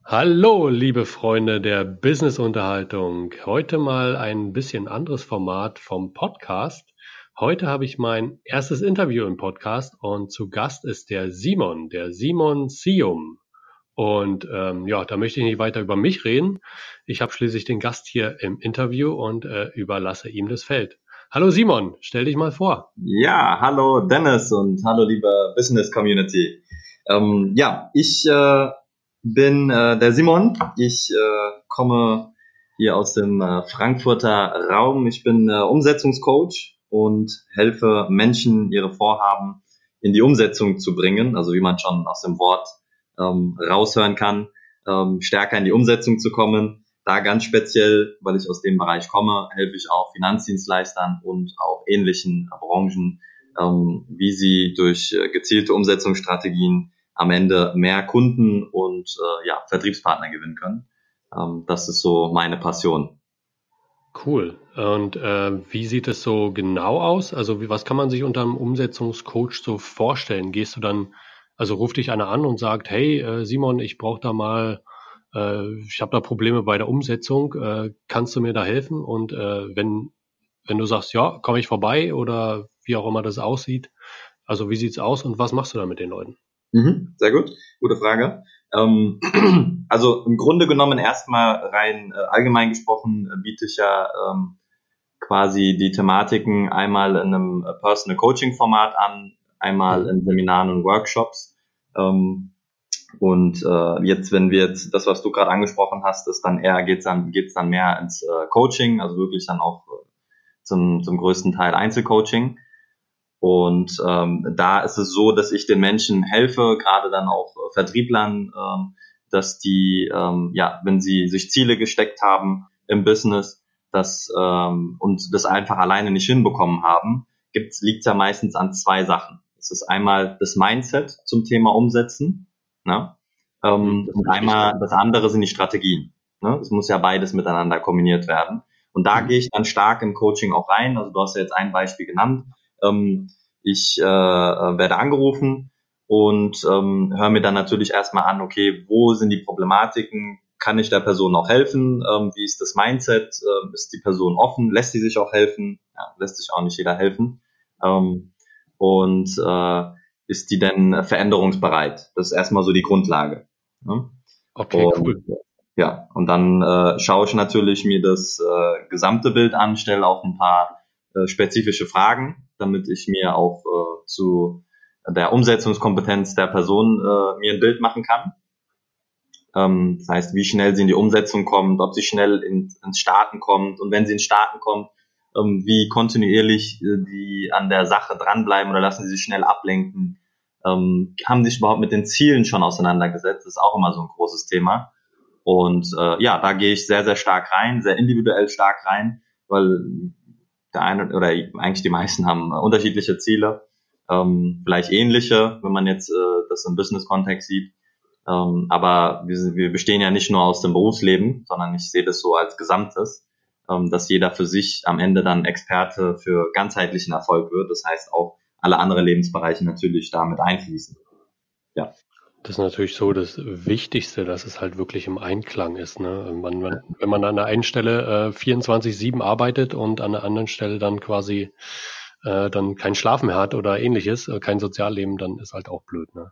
Hallo, liebe Freunde der Business-Unterhaltung. Heute mal ein bisschen anderes Format vom Podcast. Heute habe ich mein erstes Interview im Podcast und zu Gast ist der Simon Sium. Und ja, da möchte ich nicht weiter über mich reden. Ich habe schließlich den Gast hier im Interview und überlasse ihm das Feld. Hallo Simon, stell dich mal vor. Ja, hallo Dennis und hallo liebe Business Community. Ich bin der Simon. Ich komme hier aus dem Frankfurter Raum. Ich bin Umsetzungscoach und helfe Menschen, ihre Vorhaben in die Umsetzung zu bringen. Also wie man schon aus dem Wort raushören kann, stärker in die Umsetzung zu kommen. Da ganz speziell, weil ich aus dem Bereich komme, helfe ich auch Finanzdienstleistern und auch ähnlichen Branchen, wie sie durch gezielte Umsetzungsstrategien am Ende mehr Kunden und Vertriebspartner gewinnen können. Das ist so meine Passion. Cool. Und wie sieht es so genau aus? Also was kann man sich unter einem Umsetzungscoach so vorstellen? Gehst du dann, also ruft dich einer an und sagt, hey Simon, ich brauche da mal, ich habe da Probleme bei der Umsetzung, kannst du mir da helfen? Und wenn du sagst, ja, komme ich vorbei oder wie auch immer das aussieht, also wie sieht's aus und was machst du da mit den Leuten? Sehr gut, gute Frage. Also im Grunde genommen erstmal rein allgemein gesprochen biete ich ja quasi die Thematiken einmal in einem Personal Coaching Format an, einmal in Seminaren und Workshops. Jetzt, wenn wir jetzt das, was du gerade angesprochen hast, ist dann eher geht's dann mehr ins Coaching, also wirklich dann auch zum größten Teil Einzelcoaching. Und da ist es so, dass ich den Menschen helfe, gerade dann auch Vertrieblern, dass die, wenn sie sich Ziele gesteckt haben im Business, und das einfach alleine nicht hinbekommen haben, liegt ja meistens an zwei Sachen. Es ist einmal das Mindset zum Thema Umsetzen, ne? Und einmal das andere sind die Strategien. Ne? Es muss ja beides miteinander kombiniert werden. Und da gehe ich dann stark im Coaching auch rein. Also du hast ja jetzt ein Beispiel genannt. Ich werde angerufen und höre mir dann natürlich erstmal an, okay, wo sind die Problematiken? Kann ich der Person auch helfen? Wie ist das Mindset? Ist die Person offen? Lässt sie sich auch helfen? Ja, lässt sich auch nicht jeder helfen. Ist die denn veränderungsbereit? Das ist erstmal so die Grundlage. Ne? Okay, cool. Ja, und dann schaue ich natürlich mir das gesamte Bild an, stelle auch ein paar spezifische Fragen, damit ich mir auch zu der Umsetzungskompetenz der Person mir ein Bild machen kann. Das heißt, wie schnell sie in die Umsetzung kommt, ob sie schnell ins Starten kommt und wenn sie ins Starten kommt, wie kontinuierlich die an der Sache dranbleiben oder lassen sie sich schnell ablenken. Haben sich überhaupt mit den Zielen schon auseinandergesetzt? Das ist auch immer so ein großes Thema. Und da gehe ich sehr, sehr stark rein, sehr individuell stark rein, weil der eine oder eigentlich die meisten haben unterschiedliche Ziele, vielleicht ähnliche, wenn man jetzt das im Business-Kontext sieht. Aber wir bestehen ja nicht nur aus dem Berufsleben, sondern ich sehe das so als Gesamtes, dass jeder für sich am Ende dann Experte für ganzheitlichen Erfolg wird. Das heißt auch alle anderen Lebensbereiche natürlich damit einfließen. Ja. Das ist natürlich so das Wichtigste, dass es halt wirklich im Einklang ist. Ne? Wenn man an der einen Stelle 24/7 arbeitet und an der anderen Stelle dann quasi dann kein Schlaf mehr hat oder ähnliches, kein Sozialleben, dann ist halt auch blöd. Ne?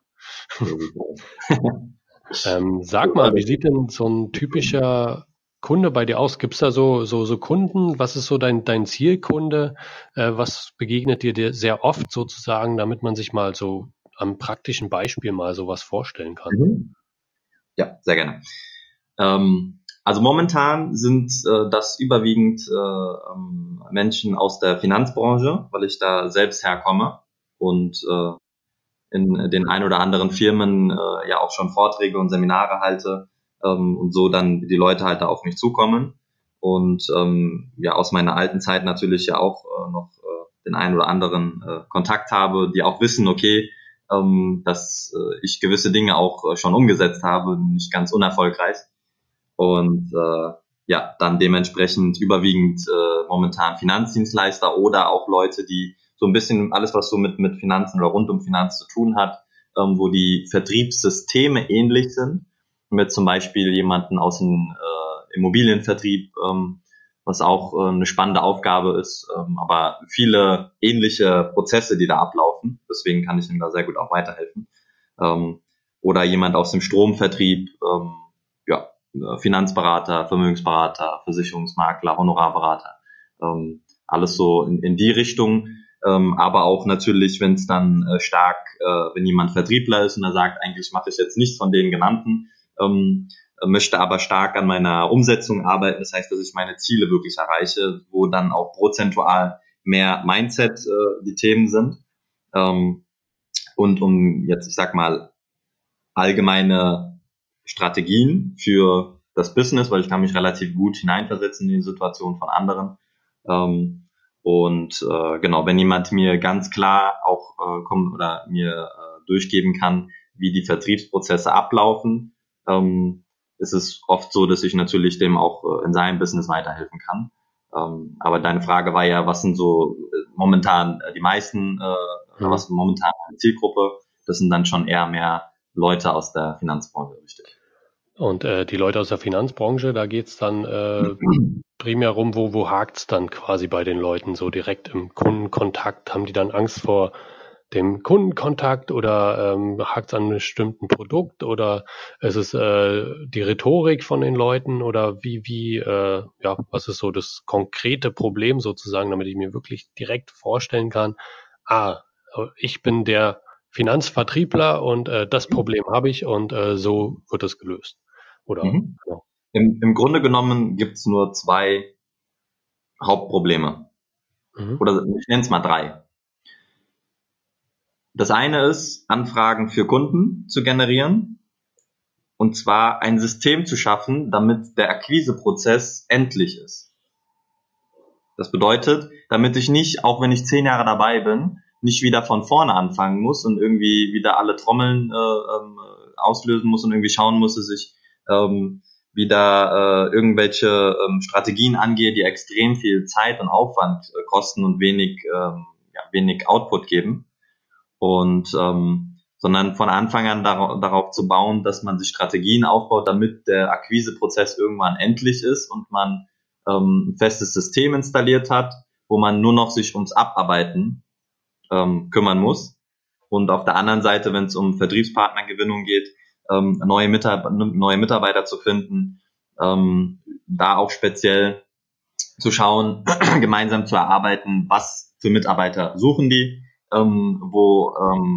Sag mal, wie sieht denn so ein typischer Kunde bei dir aus? Gibt's da so Kunden? Was ist so dein Zielkunde? Was begegnet dir sehr oft sozusagen, damit man sich mal so am praktischen Beispiel mal sowas vorstellen kann? Ja, sehr gerne. Also momentan sind das überwiegend Menschen aus der Finanzbranche, weil ich da selbst herkomme und in den ein oder anderen Firmen auch schon Vorträge und Seminare halte und so dann die Leute halt da auf mich zukommen und aus meiner alten Zeit natürlich ja auch noch den einen oder anderen Kontakt habe, die auch wissen, okay, dass ich gewisse Dinge auch schon umgesetzt habe, nicht ganz unerfolgreich und dann dementsprechend überwiegend momentan Finanzdienstleister oder auch Leute, die so ein bisschen alles, was so mit Finanzen oder rund um Finanzen zu tun hat, wo die Vertriebssysteme ähnlich sind, mit zum Beispiel jemanden aus dem Immobilienvertrieb, was auch eine spannende Aufgabe ist, aber viele ähnliche Prozesse, die da ablaufen. Deswegen kann ich ihm da sehr gut auch weiterhelfen. Oder jemand aus dem Stromvertrieb, Finanzberater, Vermögensberater, Versicherungsmakler, Honorarberater, alles so in die Richtung. Aber auch natürlich, wenn es dann wenn jemand Vertriebler ist und er sagt, eigentlich mache ich jetzt nichts von den genannten, möchte aber stark an meiner Umsetzung arbeiten. Das heißt, dass ich meine Ziele wirklich erreiche, wo dann auch prozentual mehr Mindset die Themen sind. Und um jetzt, ich sag mal, allgemeine Strategien für das Business, weil ich kann mich relativ gut hineinversetzen in die Situation von anderen. Genau, wenn jemand mir ganz klar auch kommt oder mir durchgeben kann, wie die Vertriebsprozesse ablaufen, ist es oft so, dass ich natürlich dem auch in seinem Business weiterhelfen kann. Aber deine Frage war ja, was sind so momentan die meisten, was ist momentan eine Zielgruppe? Das sind dann schon eher mehr Leute aus der Finanzbranche, richtig. Und die Leute aus der Finanzbranche, da geht's dann primär rum, wo hakt's dann quasi bei den Leuten so direkt im Kundenkontakt? Haben die dann Angst vor dem Kundenkontakt oder hakt's an einem bestimmten Produkt oder ist es die Rhetorik von den Leuten oder was ist so das konkrete Problem sozusagen, damit ich mir wirklich direkt vorstellen kann, ich bin der Finanzvertriebler und das Problem habe ich und so wird es gelöst. Oder genau. Im Grunde genommen gibt's nur 2 Hauptprobleme. Oder ich nenne es mal 3. Das eine ist, Anfragen für Kunden zu generieren. Und zwar ein System zu schaffen, damit der Akquiseprozess endlich ist. Das bedeutet, damit ich nicht, auch wenn ich 10 Jahre dabei bin, nicht wieder von vorne anfangen muss und irgendwie wieder alle Trommeln auslösen muss und irgendwie schauen muss, dass ich wieder irgendwelche Strategien angehe, die extrem viel Zeit und Aufwand kosten und wenig Output geben. Und sondern von Anfang an darauf zu bauen, dass man sich Strategien aufbaut, damit der Akquiseprozess irgendwann endlich ist und man ein festes System installiert hat, wo man nur noch sich ums Abarbeiten kümmern muss. Und auf der anderen Seite, wenn es um Vertriebspartnergewinnung geht, neue Mitarbeiter zu finden, da auch speziell zu schauen, gemeinsam zu erarbeiten, was für Mitarbeiter suchen die, wo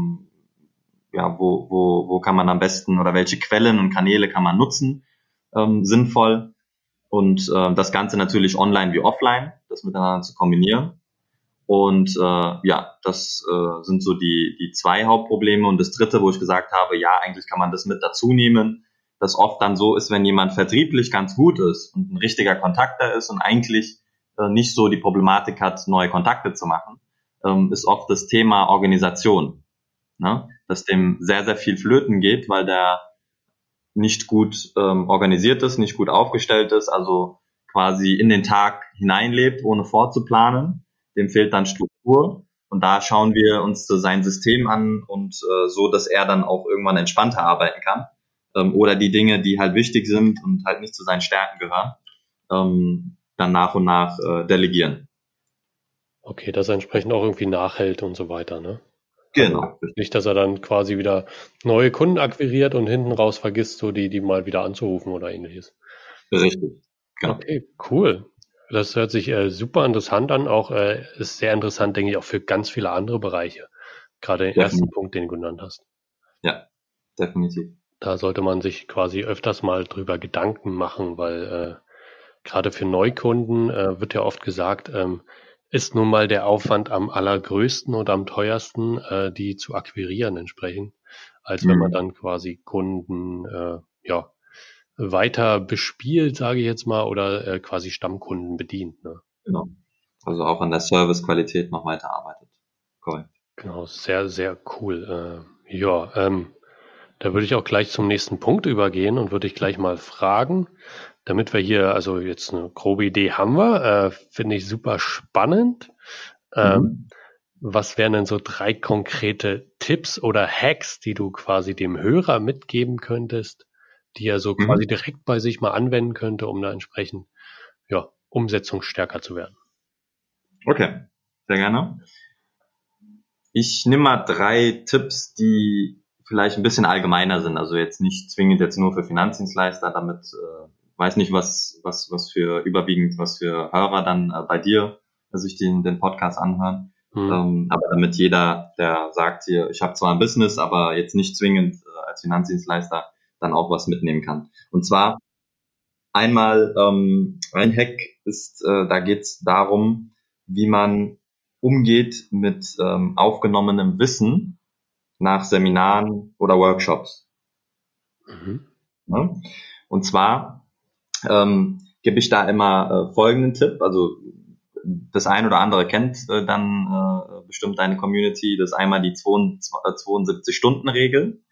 kann man am besten oder welche Quellen und Kanäle kann man nutzen, sinnvoll. Und das Ganze natürlich online wie offline, das miteinander zu kombinieren. Und das sind so die 2 Hauptprobleme. Und das 3., wo ich gesagt habe, ja, eigentlich kann man das mit dazu nehmen, dass oft dann so ist, wenn jemand vertrieblich ganz gut ist und ein richtiger Kontakter ist und eigentlich nicht so die Problematik hat, neue Kontakte zu machen, ist oft das Thema Organisation, ne? Dass dem sehr, sehr viel flöten geht, weil der nicht gut organisiert ist, nicht gut aufgestellt ist, also quasi in den Tag hineinlebt, ohne vorzuplanen. Dem fehlt dann Struktur und da schauen wir uns sein System an und so, dass er dann auch irgendwann entspannter arbeiten kann oder die Dinge, die halt wichtig sind und halt nicht zu seinen Stärken gehören, dann nach und nach delegieren. Okay, dass er entsprechend auch irgendwie nachhält und so weiter, ne? Genau. Also nicht, dass er dann quasi wieder neue Kunden akquiriert und hinten raus vergisst, so die mal wieder anzurufen oder ähnliches. Richtig. Genau. Okay, cool. Das hört sich super interessant an. Auch ist sehr interessant, denke ich, auch für ganz viele andere Bereiche. Gerade den ersten Punkt, den du genannt hast. Ja, definitiv. Da sollte man sich quasi öfters mal drüber Gedanken machen, weil gerade für Neukunden wird ja oft gesagt, ist nun mal der Aufwand am allergrößten und am teuersten, die zu akquirieren entsprechend, als wenn man dann quasi Kunden weiter bespielt, sage ich jetzt mal, oder quasi Stammkunden bedient. Ne? Genau. Also auch an der Servicequalität noch weiter arbeitet. Korrekt. Genau, sehr, sehr cool. Da würde ich auch gleich zum nächsten Punkt übergehen und würde ich gleich mal fragen, damit wir hier, also jetzt eine grobe Idee haben wir, finde ich super spannend. Was wären denn so 3 konkrete Tipps oder Hacks, die du quasi dem Hörer mitgeben könntest, die er so quasi direkt bei sich mal anwenden könnte, um da entsprechend umsetzungsstärker zu werden? Okay, sehr gerne. Ich nehme mal 3 Tipps, die vielleicht ein bisschen allgemeiner sind, also jetzt nicht zwingend jetzt nur für Finanzdienstleister, damit weiß nicht, was für Hörer dann bei dir sich den Podcast anhören. Aber damit jeder, der sagt hier, ich habe zwar ein Business, aber jetzt nicht zwingend als Finanzdienstleister dann auch was mitnehmen kann. Und zwar einmal ein Hack ist, da geht es darum, wie man umgeht mit aufgenommenem Wissen nach Seminaren oder Workshops. Ja? Und zwar gebe ich da immer folgenden Tipp, also das ein oder andere kennt dann bestimmt deine Community, das ist einmal die 72-Stunden-Regel.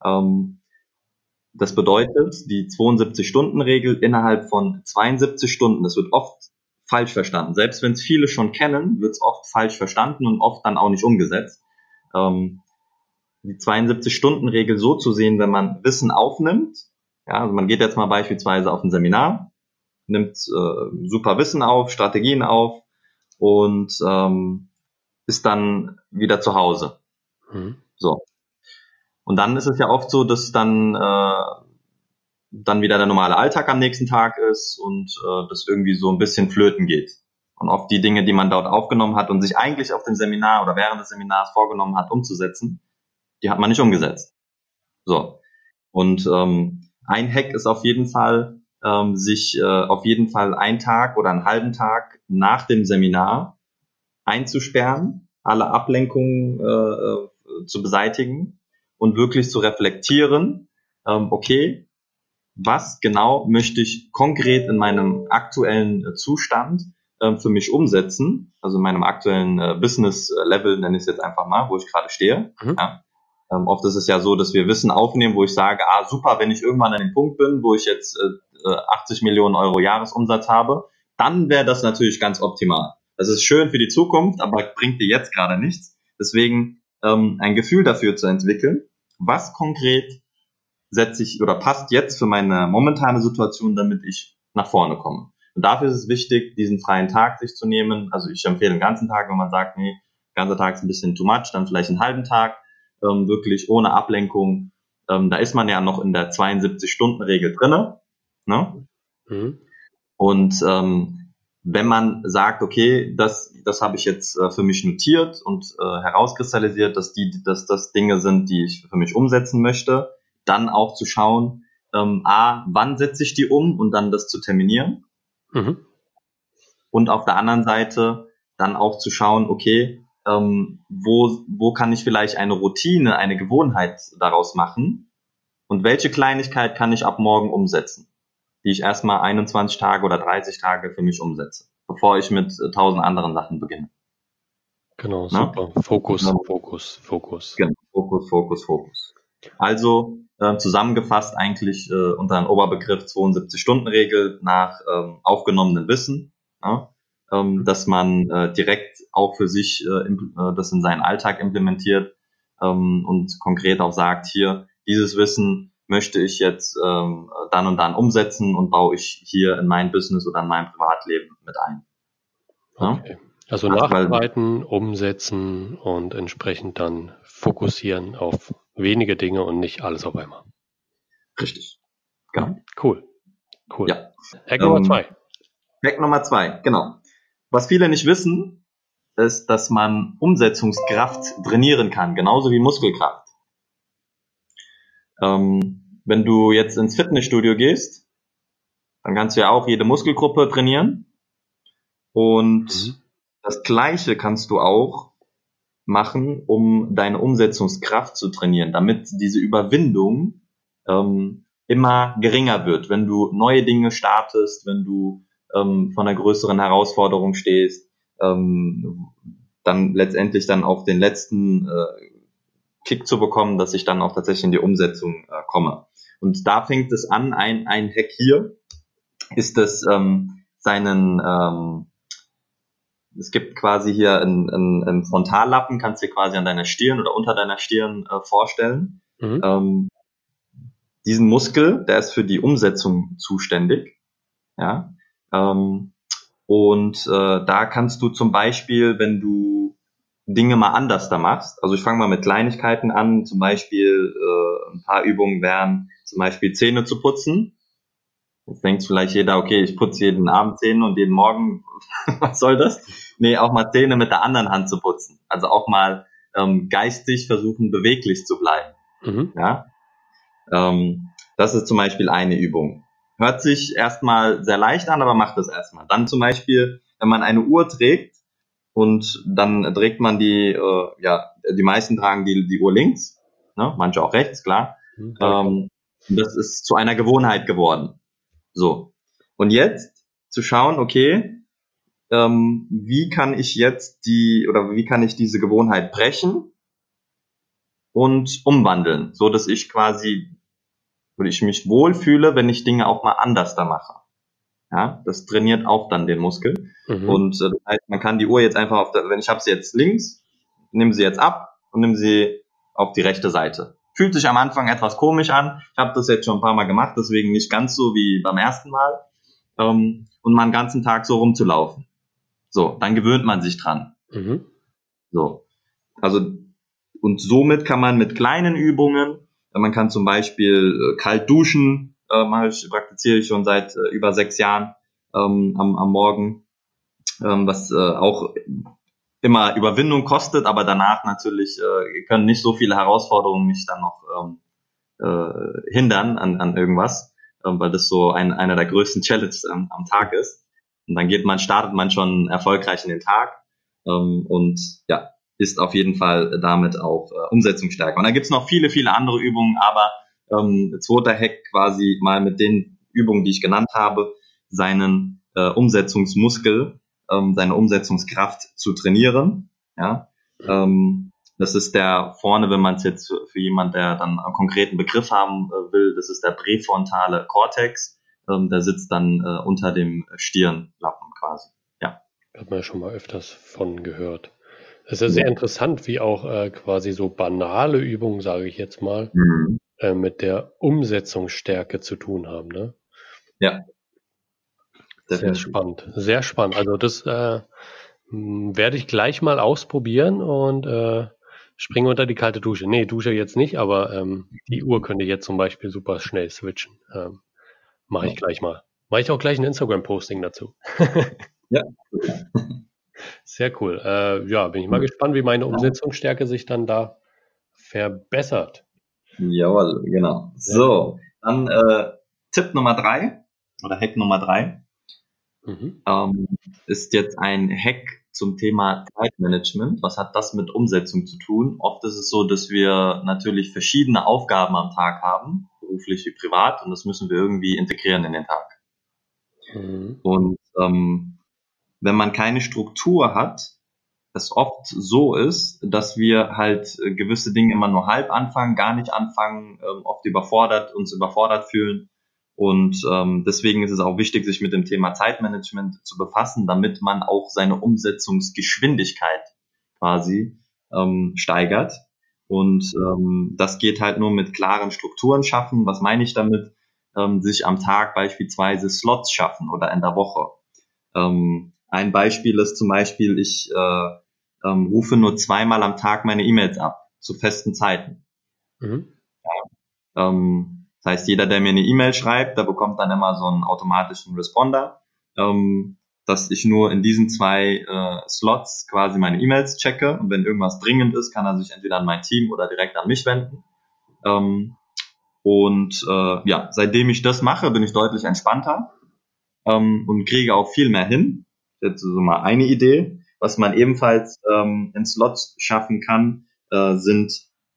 Das bedeutet, die 72-Stunden-Regel innerhalb von 72 Stunden, das wird oft falsch verstanden. Selbst wenn es viele schon kennen, wird es oft falsch verstanden und oft dann auch nicht umgesetzt. Die 72-Stunden-Regel so zu sehen, wenn man Wissen aufnimmt, ja, also man geht jetzt mal beispielsweise auf ein Seminar, nimmt super Wissen auf, Strategien auf und ist dann wieder zu Hause. So. Und dann ist es ja oft so, dass dann wieder der normale Alltag am nächsten Tag ist und das irgendwie so ein bisschen flöten geht. Und oft die Dinge, die man dort aufgenommen hat und sich eigentlich auf dem Seminar oder während des Seminars vorgenommen hat, umzusetzen, die hat man nicht umgesetzt. So. Und ein Hack ist auf jeden Fall, sich auf jeden Fall einen Tag oder einen halben Tag nach dem Seminar einzusperren, alle Ablenkungen zu beseitigen und wirklich zu reflektieren, okay, was genau möchte ich konkret in meinem aktuellen Zustand für mich umsetzen, also in meinem aktuellen Business-Level, nenne ich es jetzt einfach mal, wo ich gerade stehe. Ja. Oft ist es ja so, dass wir Wissen aufnehmen, wo ich sage, super, wenn ich irgendwann an dem Punkt bin, wo ich jetzt 80 Millionen Euro Jahresumsatz habe, dann wäre das natürlich ganz optimal. Das ist schön für die Zukunft, aber bringt dir jetzt gerade nichts. Deswegen ein Gefühl dafür zu entwickeln, was konkret setze ich oder passt jetzt für meine momentane Situation, damit ich nach vorne komme. Und dafür ist es wichtig, diesen freien Tag sich zu nehmen. Also ich empfehle den ganzen Tag, wenn man sagt, nee, der ganze Tag ist ein bisschen too much, dann vielleicht einen halben Tag, wirklich ohne Ablenkung. Da ist man ja noch in der 72-Stunden-Regel drinne. Ne? Und wenn man sagt, okay, das habe ich jetzt für mich notiert und herauskristallisiert, dass das Dinge sind, die ich für mich umsetzen möchte, dann auch zu schauen, wann setze ich die um und dann das zu terminieren. Und auf der anderen Seite dann auch zu schauen, okay, wo kann ich vielleicht eine Routine, eine Gewohnheit daraus machen und welche Kleinigkeit kann ich ab morgen umsetzen, die ich erstmal 21 Tage oder 30 Tage für mich umsetze, bevor ich mit 1000 anderen Sachen beginne. Genau, super. Fokus. Genau, Fokus. Also zusammengefasst eigentlich unter einem Oberbegriff 72-Stunden-Regel nach aufgenommenem Wissen, dass man direkt auch für sich das in seinen Alltag implementiert und konkret auch sagt, hier, dieses Wissen möchte ich jetzt dann und dann umsetzen und baue ich hier in mein Business oder in mein Privatleben mit ein. Okay. Also nachbereiten, umsetzen und entsprechend dann fokussieren auf wenige Dinge und nicht alles auf einmal. Richtig. Genau. Cool. Ja. Hack Nummer 2. Hack Nummer 2, genau. Was viele nicht wissen, ist, dass man Umsetzungskraft trainieren kann, genauso wie Muskelkraft. Wenn du jetzt ins Fitnessstudio gehst, dann kannst du ja auch jede Muskelgruppe trainieren. Und das Gleiche kannst du auch machen, um deine Umsetzungskraft zu trainieren, damit diese Überwindung immer geringer wird. Wenn du neue Dinge startest, wenn du von einer größeren Herausforderung stehst, dann letztendlich dann auch den letzten Kick zu bekommen, dass ich dann auch tatsächlich in die Umsetzung komme. Und da fängt es an, ein Hack hier ist es es gibt quasi hier einen Frontallappen, kannst du dir quasi an deiner Stirn oder unter deiner Stirn vorstellen. diesen Muskel, der ist für die Umsetzung zuständig. Ja. Da kannst du zum Beispiel, wenn du Dinge mal anders da machst, also ich fange mal mit Kleinigkeiten an, zum Beispiel ein paar Übungen wären zum Beispiel Zähne zu putzen. Jetzt denkt vielleicht jeder, okay, ich putze jeden Abend Zähne und jeden Morgen, was soll das? Nee, auch mal Zähne mit der anderen Hand zu putzen. Also auch mal geistig versuchen, beweglich zu bleiben. Mhm. Ja? Das ist zum Beispiel eine Übung. Hört sich erstmal sehr leicht an, aber macht das erstmal. Dann zum Beispiel, wenn man eine Uhr trägt und dann trägt man die meisten tragen die Uhr links, ne? Manche auch rechts, klar. Das ist zu einer Gewohnheit geworden. So. Und jetzt zu schauen, okay, wie kann ich diese Gewohnheit brechen und umwandeln, so dass ich mich wohlfühle, wenn ich Dinge auch mal anders da mache. Ja, das trainiert auch dann den Muskel. Und das heißt, man kann die Uhr jetzt einfach wenn ich habe sie jetzt links, nehme sie jetzt ab und nehme sie auf die rechte Seite. Fühlt sich am Anfang etwas komisch an. Ich habe das jetzt schon ein paar Mal gemacht, deswegen nicht ganz so wie beim ersten Mal. Und mal den ganzen Tag so rumzulaufen. So, dann gewöhnt man sich dran. So, also und somit kann man mit kleinen Übungen, man kann zum Beispiel kalt duschen, praktiziere ich schon seit über 6 Jahren am Morgen, was auch immer Überwindung kostet, aber danach natürlich können nicht so viele Herausforderungen mich dann noch hindern an irgendwas, weil das so einer der größten Challenges am Tag ist. Und dann startet man schon erfolgreich in den Tag und ja, ist auf jeden Fall damit auch umsetzungsstärker. Und da gibt's noch viele, viele andere Übungen, aber zweiter Hack quasi mal mit den Übungen, die ich genannt habe, seinen Umsetzungsmuskel, seine Umsetzungskraft zu trainieren. Ja, das ist der vorne, wenn man es jetzt für jemand, der dann einen konkreten Begriff haben will, das ist der präfrontale Kortex. Der sitzt dann unter dem Stirnlappen quasi. Ja. Hat man ja schon mal öfters von gehört. Es ist ja sehr interessant, wie auch quasi so banale Übungen, sage ich jetzt mal, mit der Umsetzungsstärke zu tun haben. Ne? Ja. Sehr spannend, sehr spannend. Also das werde ich gleich mal ausprobieren und springe unter die kalte Dusche. Nee, Dusche jetzt nicht, aber die Uhr könnte ich jetzt zum Beispiel super schnell switchen. Mache ich gleich mal. Mache ich auch gleich ein Instagram-Posting dazu. Ja. Sehr cool. Ja, bin ich mal gespannt, wie meine Umsetzungsstärke sich dann da verbessert. Jawohl, genau. So, dann Tipp Nummer 3 oder Hack Nummer 3 ist jetzt ein Hack zum Thema Zeitmanagement. Was hat das mit Umsetzung zu tun? Oft ist es so, dass wir natürlich verschiedene Aufgaben am Tag haben, beruflich wie privat, und das müssen wir irgendwie integrieren in den Tag. Und wenn man keine Struktur hat, es oft so ist, dass wir halt gewisse Dinge immer nur halb anfangen, gar nicht anfangen, oft uns überfordert fühlen. Und deswegen ist es auch wichtig, sich mit dem Thema Zeitmanagement zu befassen, damit man auch seine Umsetzungsgeschwindigkeit quasi steigert. Und das geht halt nur mit klaren Strukturen schaffen. Was meine ich damit? Sich am Tag beispielsweise Slots schaffen oder in der Woche. Ein Beispiel ist zum Beispiel, ich rufe nur 2-mal am Tag meine E-Mails ab, zu festen Zeiten. Das heißt, jeder, der mir eine E-Mail schreibt, der bekommt dann immer so einen automatischen Responder, dass ich nur in diesen 2 Slots quasi meine E-Mails checke, und wenn irgendwas dringend ist, kann er sich entweder an mein Team oder direkt an mich wenden. Seitdem ich das mache, bin ich deutlich entspannter und kriege auch viel mehr hin. Jetzt so mal eine Idee. Was man ebenfalls in Slots schaffen kann, sind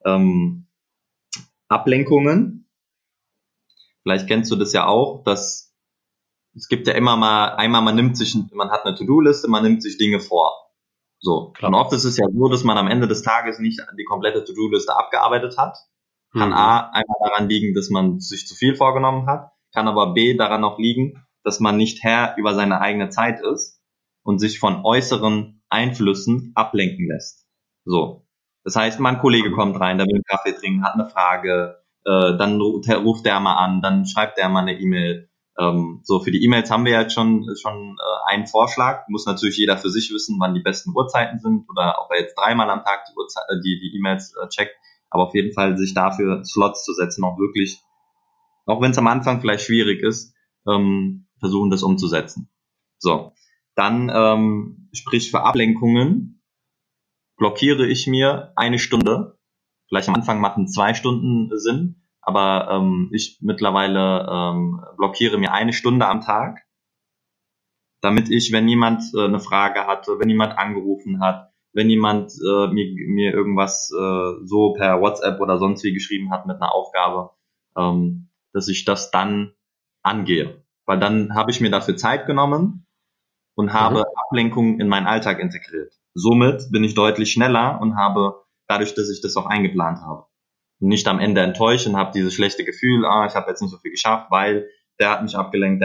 Ablenkungen. Vielleicht kennst du das ja auch, dass es gibt ja immer mal, man hat eine To-Do-Liste, man nimmt sich Dinge vor. So. Klar. Und oft ist es ja so, dass man am Ende des Tages nicht die komplette To-Do-Liste abgearbeitet hat. Kann A, einmal daran liegen, dass man sich zu viel vorgenommen hat, kann aber B, daran auch liegen, dass man nicht Herr über seine eigene Zeit ist und sich von äußeren Einflüssen ablenken lässt. So. Das heißt, mein Kollege kommt rein, der will einen Kaffee trinken, hat eine Frage, dann ruft der mal an, dann schreibt der mal eine E-Mail. So, für die E-Mails haben wir ja jetzt schon einen Vorschlag. Muss natürlich jeder für sich wissen, wann die besten Uhrzeiten sind oder ob er jetzt 3-mal am Tag die E-Mails checkt. Aber auf jeden Fall sich dafür Slots zu setzen, auch wirklich, auch wenn es am Anfang vielleicht schwierig ist, versuchen das umzusetzen. So, dann sprich für Ablenkungen blockiere ich mir 1 Stunde. Vielleicht am Anfang machen 2 Stunden Sinn, aber ich mittlerweile blockiere mir 1 Stunde am Tag, damit ich, wenn jemand eine Frage hatte, wenn jemand angerufen hat, wenn jemand mir irgendwas so per WhatsApp oder sonst wie geschrieben hat mit einer Aufgabe, dass ich das dann angehe. Weil dann habe ich mir dafür Zeit genommen und habe Ablenkungen in meinen Alltag integriert. Somit bin ich deutlich schneller und habe, dadurch, dass ich das auch eingeplant habe, nicht am Ende enttäuscht und habe dieses schlechte Gefühl, ich habe jetzt nicht so viel geschafft, weil der hat mich abgelenkt,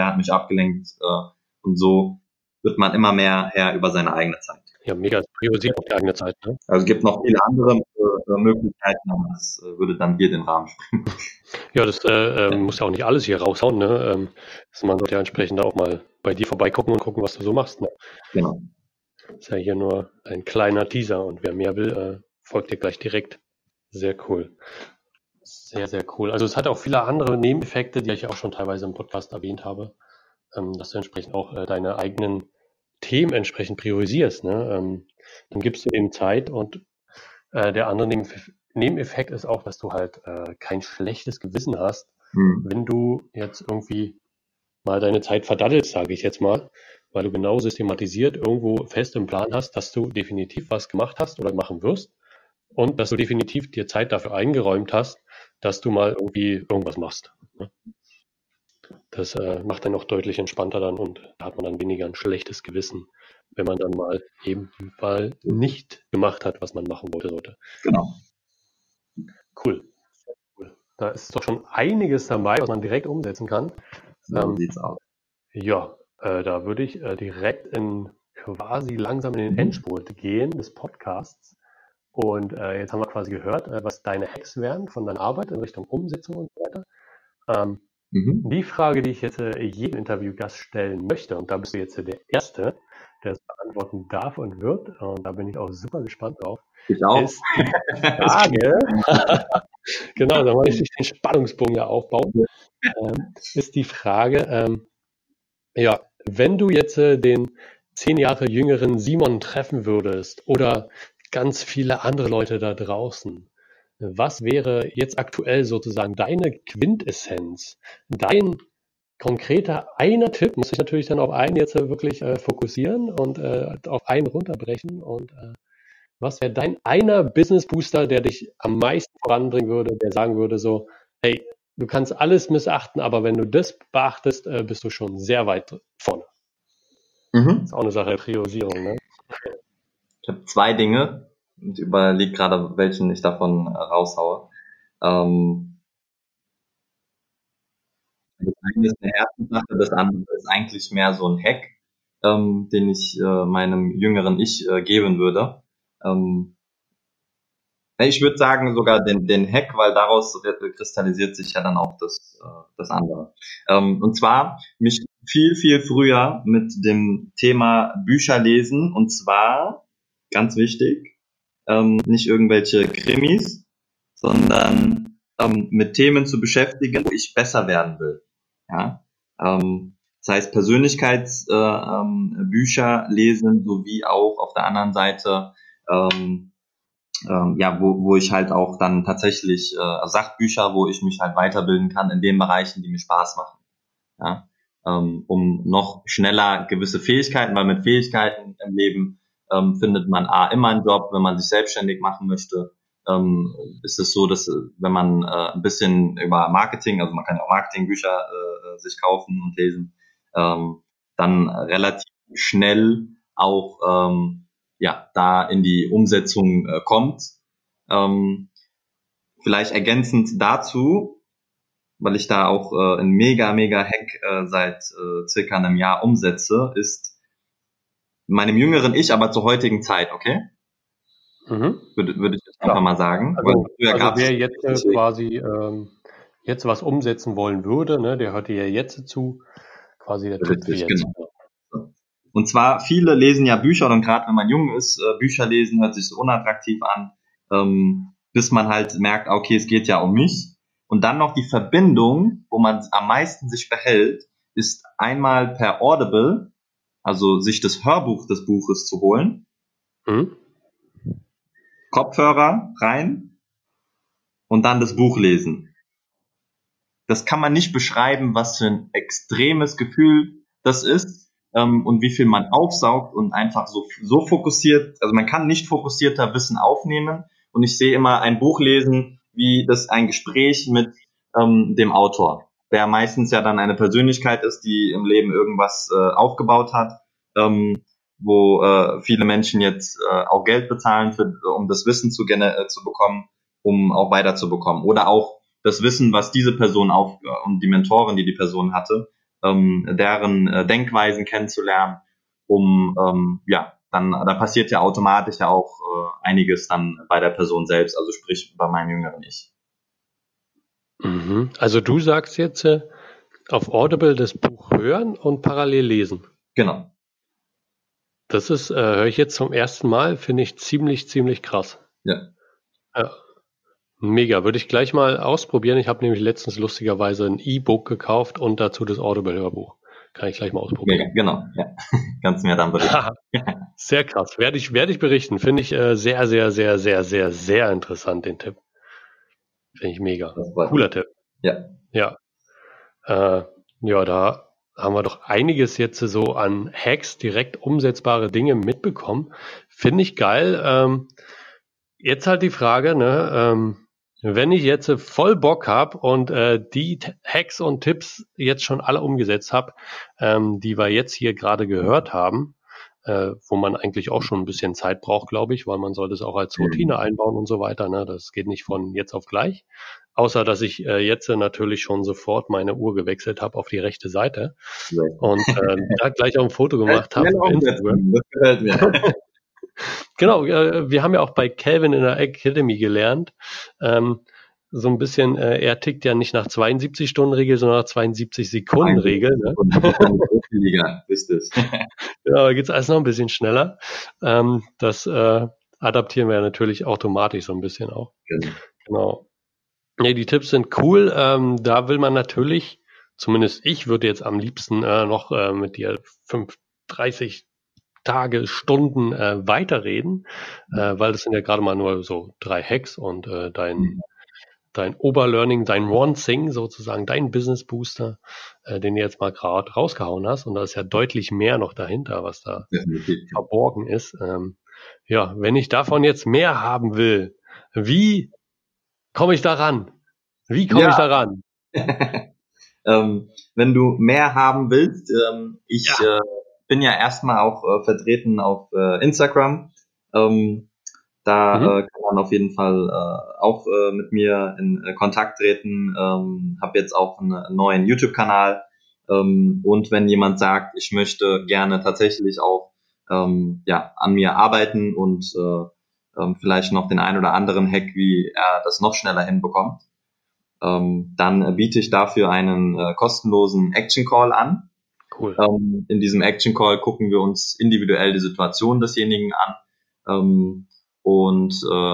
und so wird man immer mehr Herr über seine eigene Zeit. Ja, mega priorisiert auf die eigene Zeit. Ne? Also es gibt noch viele andere Möglichkeiten, aber das würde dann hier den Rahmen sprengen. Ja, das muss ja auch nicht alles hier raushauen. Ne? Man sollte ja entsprechend auch mal bei dir vorbeigucken und gucken, was du so machst. Ne? Genau. Das ist ja hier nur ein kleiner Teaser und wer mehr will, folgt dir gleich direkt. Sehr cool. Sehr, sehr cool. Also es hat auch viele andere Nebeneffekte, die ich auch schon teilweise im Podcast erwähnt habe, dass du entsprechend auch deine eigenen Themen entsprechend priorisierst. Ne? Dann gibst du dem Zeit und der andere Nebeneffekt ist auch, dass du halt kein schlechtes Gewissen hast, wenn du jetzt irgendwie mal deine Zeit verdaddelst, sage ich jetzt mal, weil du genau systematisiert irgendwo fest im Plan hast, dass du definitiv was gemacht hast oder machen wirst und dass du definitiv dir Zeit dafür eingeräumt hast, dass du mal irgendwie irgendwas machst. Ne? Das macht dann auch deutlich entspannter dann und da hat man dann weniger ein schlechtes Gewissen, wenn man dann mal eben mal nicht gemacht hat, was man machen sollte. Genau. Cool. Da ist doch schon einiges dabei, was man direkt umsetzen kann. So sieht's aus. Ja, da würde ich direkt quasi langsam in den Endspurt gehen des Podcasts. Und jetzt haben wir quasi gehört, was deine Hacks wären von deiner Arbeit in Richtung Umsetzung und so weiter. Die Frage, die ich jetzt jedem Interviewgast stellen möchte, und da bist du jetzt der Erste, der es beantworten darf und wird, und da bin ich auch super gespannt drauf, ich auch. ist die Frage, genau, da wollte ich den Spannungsbogen ja aufbauen, ist die Frage, ja, wenn du jetzt den 10 Jahre jüngeren Simon treffen würdest oder ganz viele andere Leute da draußen, was wäre jetzt aktuell sozusagen deine Quintessenz, dein konkreter einer Tipp, muss ich natürlich dann auf einen jetzt wirklich fokussieren und auf einen runterbrechen und was wäre dein einer Business Booster, der dich am meisten voranbringen würde, der sagen würde so, hey, du kannst alles missachten, aber wenn du das beachtest, bist du schon sehr weit vorne. Das ist auch eine Sache der Priorisierung. Ne? Ich habe 2 Dinge und überlege gerade, welchen ich davon raushaue. Das eine ist eine Herzenssache, das andere ist eigentlich mehr so ein Hack, den ich meinem jüngeren Ich geben würde. Ich würde sagen sogar den Hack, weil daraus kristallisiert sich ja dann auch das andere. Und zwar mich viel, viel früher mit dem Thema Bücher lesen, und zwar, ganz wichtig, nicht irgendwelche Krimis, sondern mit Themen zu beschäftigen, wo ich besser werden will. Ja? Das heißt Persönlichkeitsbücher lesen, sowie auch auf der anderen Seite wo ich halt auch dann tatsächlich Sachbücher, wo ich mich halt weiterbilden kann in den Bereichen, die mir Spaß machen. Ja? Um noch schneller gewisse Fähigkeiten, weil mit Fähigkeiten im Leben findet man immer einen Job, wenn man sich selbstständig machen möchte. Ist es so, dass wenn man ein bisschen über Marketing, also man kann ja auch Marketingbücher sich kaufen und lesen, dann relativ schnell auch da in die Umsetzung kommt. Vielleicht ergänzend dazu, weil ich da auch ein mega Hack seit circa einem Jahr umsetze, ist meinem jüngeren Ich, aber zur heutigen Zeit, okay? Würde ich jetzt einfach mal sagen. Also wer jetzt quasi jetzt was umsetzen wollen würde, ne, der hört dir ja jetzt zu, quasi der Tipp für Richtig, jetzt. genau. Und zwar, viele lesen ja Bücher und gerade wenn man jung ist, Bücher lesen hört sich so unattraktiv an, bis man halt merkt, okay, es geht ja um mich. Und dann noch die Verbindung, wo man am meisten sich behält, ist einmal per Audible, also sich das Hörbuch des Buches zu holen, Kopfhörer rein und dann das Buch lesen. Das kann man nicht beschreiben, was für ein extremes Gefühl das ist, und wie viel man aufsaugt und einfach so fokussiert, also man kann nicht fokussierter Wissen aufnehmen, und ich sehe immer ein Buch lesen wie das ein Gespräch mit dem Autor, der meistens ja dann eine Persönlichkeit ist, die im Leben irgendwas aufgebaut hat, wo viele Menschen jetzt auch Geld bezahlen, um das Wissen zu bekommen, um auch weiterzubekommen. Oder auch das Wissen, was diese Person und die Mentoren, die Person hatte, deren Denkweisen kennenzulernen, dann da passiert ja automatisch ja auch einiges dann bei der Person selbst, also sprich bei meinem jüngeren Ich. Mhm. Also du sagst jetzt auf Audible das Buch hören und parallel lesen. Genau. Das ist, höre ich jetzt zum ersten Mal, finde ich ziemlich krass. Ja. Ja, mega, würde ich gleich mal ausprobieren. Ich habe nämlich letztens lustigerweise ein E-Book gekauft und dazu das Audible-Hörbuch. Kann ich gleich mal ausprobieren. Mega, genau. Ja. Kannst du mir dann berichten. Sehr krass. Werde ich berichten. Finde ich sehr interessant, den Tipp. Finde ich mega. Cooler Tipp. Ja. Ja. Ja, da haben wir doch einiges jetzt so an Hacks, direkt umsetzbare Dinge mitbekommen. Finde ich geil. Jetzt halt die Frage, ne, wenn ich jetzt voll Bock habe und die Hacks und Tipps jetzt schon alle umgesetzt habe, die wir jetzt hier gerade gehört haben, wo man eigentlich auch schon ein bisschen Zeit braucht, glaube ich, weil man sollte es auch als Routine einbauen und so weiter. Ne? Das geht nicht von jetzt auf gleich. Außer, dass ich jetzt natürlich schon sofort meine Uhr gewechselt habe auf die rechte Seite und da gleich auch ein Foto gemacht habe auf Instagram. Das gefällt mir. Genau, wir haben ja auch bei Calvin in der Academy gelernt, so ein bisschen, er tickt ja nicht nach 72-Stunden-Regel, sondern nach 72-Sekunden-Regel. Ne? Richtig. Ja, da geht's alles noch ein bisschen schneller. Das adaptieren wir natürlich automatisch so ein bisschen auch. Genau. Nee, die Tipps sind cool. Da will man natürlich, zumindest ich würde jetzt am liebsten noch mit dir 30 Tage, Stunden weiterreden, weil das sind ja gerade mal nur so 3 Hacks und dein Oberlearning, dein One Thing sozusagen, dein Business Booster, den du jetzt mal gerade rausgehauen hast. Und da ist ja deutlich mehr noch dahinter, was da verborgen ist. Ja, wenn ich davon jetzt mehr haben will, wie komme ich da ran? Wie komme ich da ran? Wenn du mehr haben willst, ich bin ja erstmal auch vertreten auf Instagram. Da kann man auf jeden Fall auch mit mir in Kontakt treten. Habe jetzt auch einen neuen YouTube-Kanal. Und wenn jemand sagt, ich möchte gerne tatsächlich auch an mir arbeiten und vielleicht noch den ein oder anderen Hack, wie er das noch schneller hinbekommt, dann biete ich dafür einen kostenlosen Action Call an. Cool. In diesem Action Call gucken wir uns individuell die Situation desjenigen an und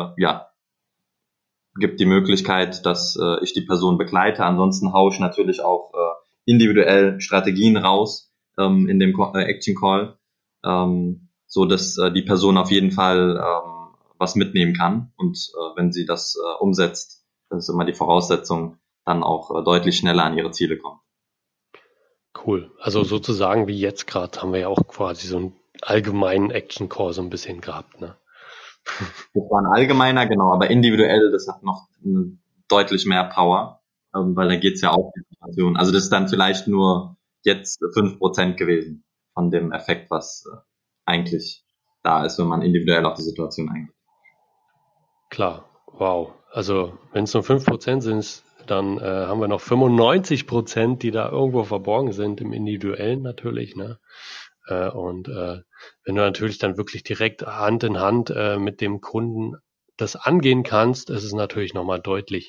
gibt die Möglichkeit, dass ich die Person begleite. Ansonsten haue ich natürlich auch individuell Strategien raus in dem Action Call, so dass die Person auf jeden Fall was mitnehmen kann. Und wenn sie das umsetzt, das ist immer die Voraussetzung, dann auch deutlich schneller an ihre Ziele kommt. Cool. Also sozusagen wie jetzt gerade haben wir ja auch quasi so einen allgemeinen Action Call so ein bisschen gehabt, ne? Das war ein allgemeiner, genau, aber individuell, das hat noch deutlich mehr Power, weil da geht's ja auch um die Situation. Also das ist dann vielleicht nur jetzt 5% gewesen von dem Effekt, was eigentlich da ist, wenn man individuell auf die Situation eingeht. Klar, wow. Also wenn es nur 5% sind, dann haben wir noch 95%, die da irgendwo verborgen sind, im Individuellen natürlich, ne? Und wenn du natürlich dann wirklich direkt Hand in Hand mit dem Kunden das angehen kannst, ist es natürlich nochmal deutlich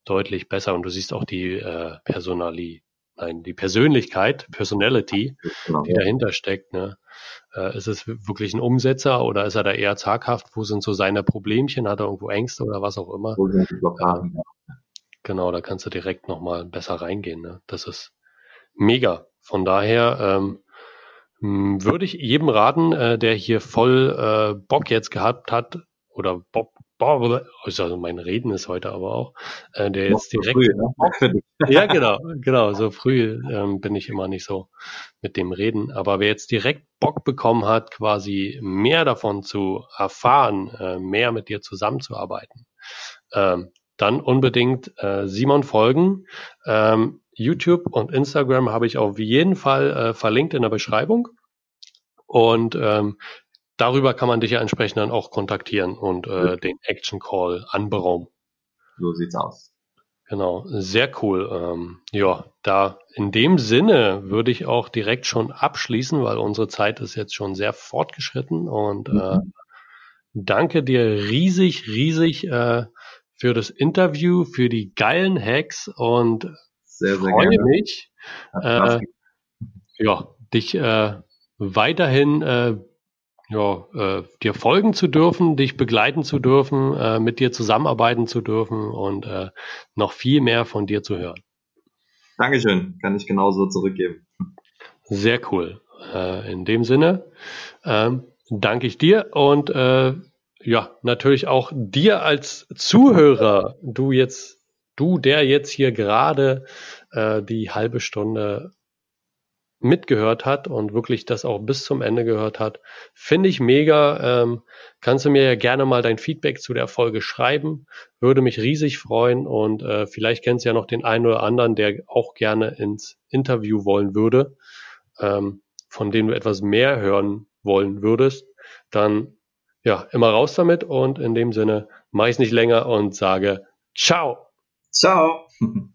deutlich besser und du siehst auch die Persönlichkeit, Personality, Genau. die dahinter steckt. Ne? Ist es wirklich ein Umsetzer oder ist er da eher zaghaft? Wo sind so seine Problemchen? Hat er irgendwo Ängste oder was auch immer? Wo sind die Blockaden? Genau, da kannst du direkt nochmal besser reingehen. Ne? Das ist mega. Von daher würde ich jedem raten, der hier voll Bock jetzt gehabt hat, oder also mein Reden ist heute aber auch, der jetzt direkt... Früh, ne? Ja, genau, so früh bin ich immer nicht so mit dem Reden. Aber wer jetzt direkt Bock bekommen hat, quasi mehr davon zu erfahren, mehr mit dir zusammenzuarbeiten, dann unbedingt Simon folgen. YouTube und Instagram habe ich auf jeden Fall verlinkt in der Beschreibung. Und darüber kann man dich ja entsprechend dann auch kontaktieren und den Action Call anberaumen. So sieht's aus. Genau, sehr cool. Ja, da in dem Sinne würde ich auch direkt schon abschließen, weil unsere Zeit ist jetzt schon sehr fortgeschritten und danke dir riesig für das Interview, für die geilen Hacks und sehr freue gerne. mich, dich weiterhin dir folgen zu dürfen, dich begleiten zu dürfen, mit dir zusammenarbeiten zu dürfen und noch viel mehr von dir zu hören. Dankeschön, kann ich genauso zurückgeben. Sehr cool. In dem Sinne danke ich dir und natürlich auch dir als Zuhörer, der jetzt hier gerade die halbe Stunde mitgehört hat und wirklich das auch bis zum Ende gehört hat. Finde ich mega. Kannst du mir ja gerne mal dein Feedback zu der Folge schreiben. Würde mich riesig freuen und vielleicht kennst du ja noch den einen oder anderen, der auch gerne ins Interview wollen würde, von dem du etwas mehr hören wollen würdest. Dann immer raus damit und in dem Sinne mache ich es nicht länger und sage Ciao. Ciao.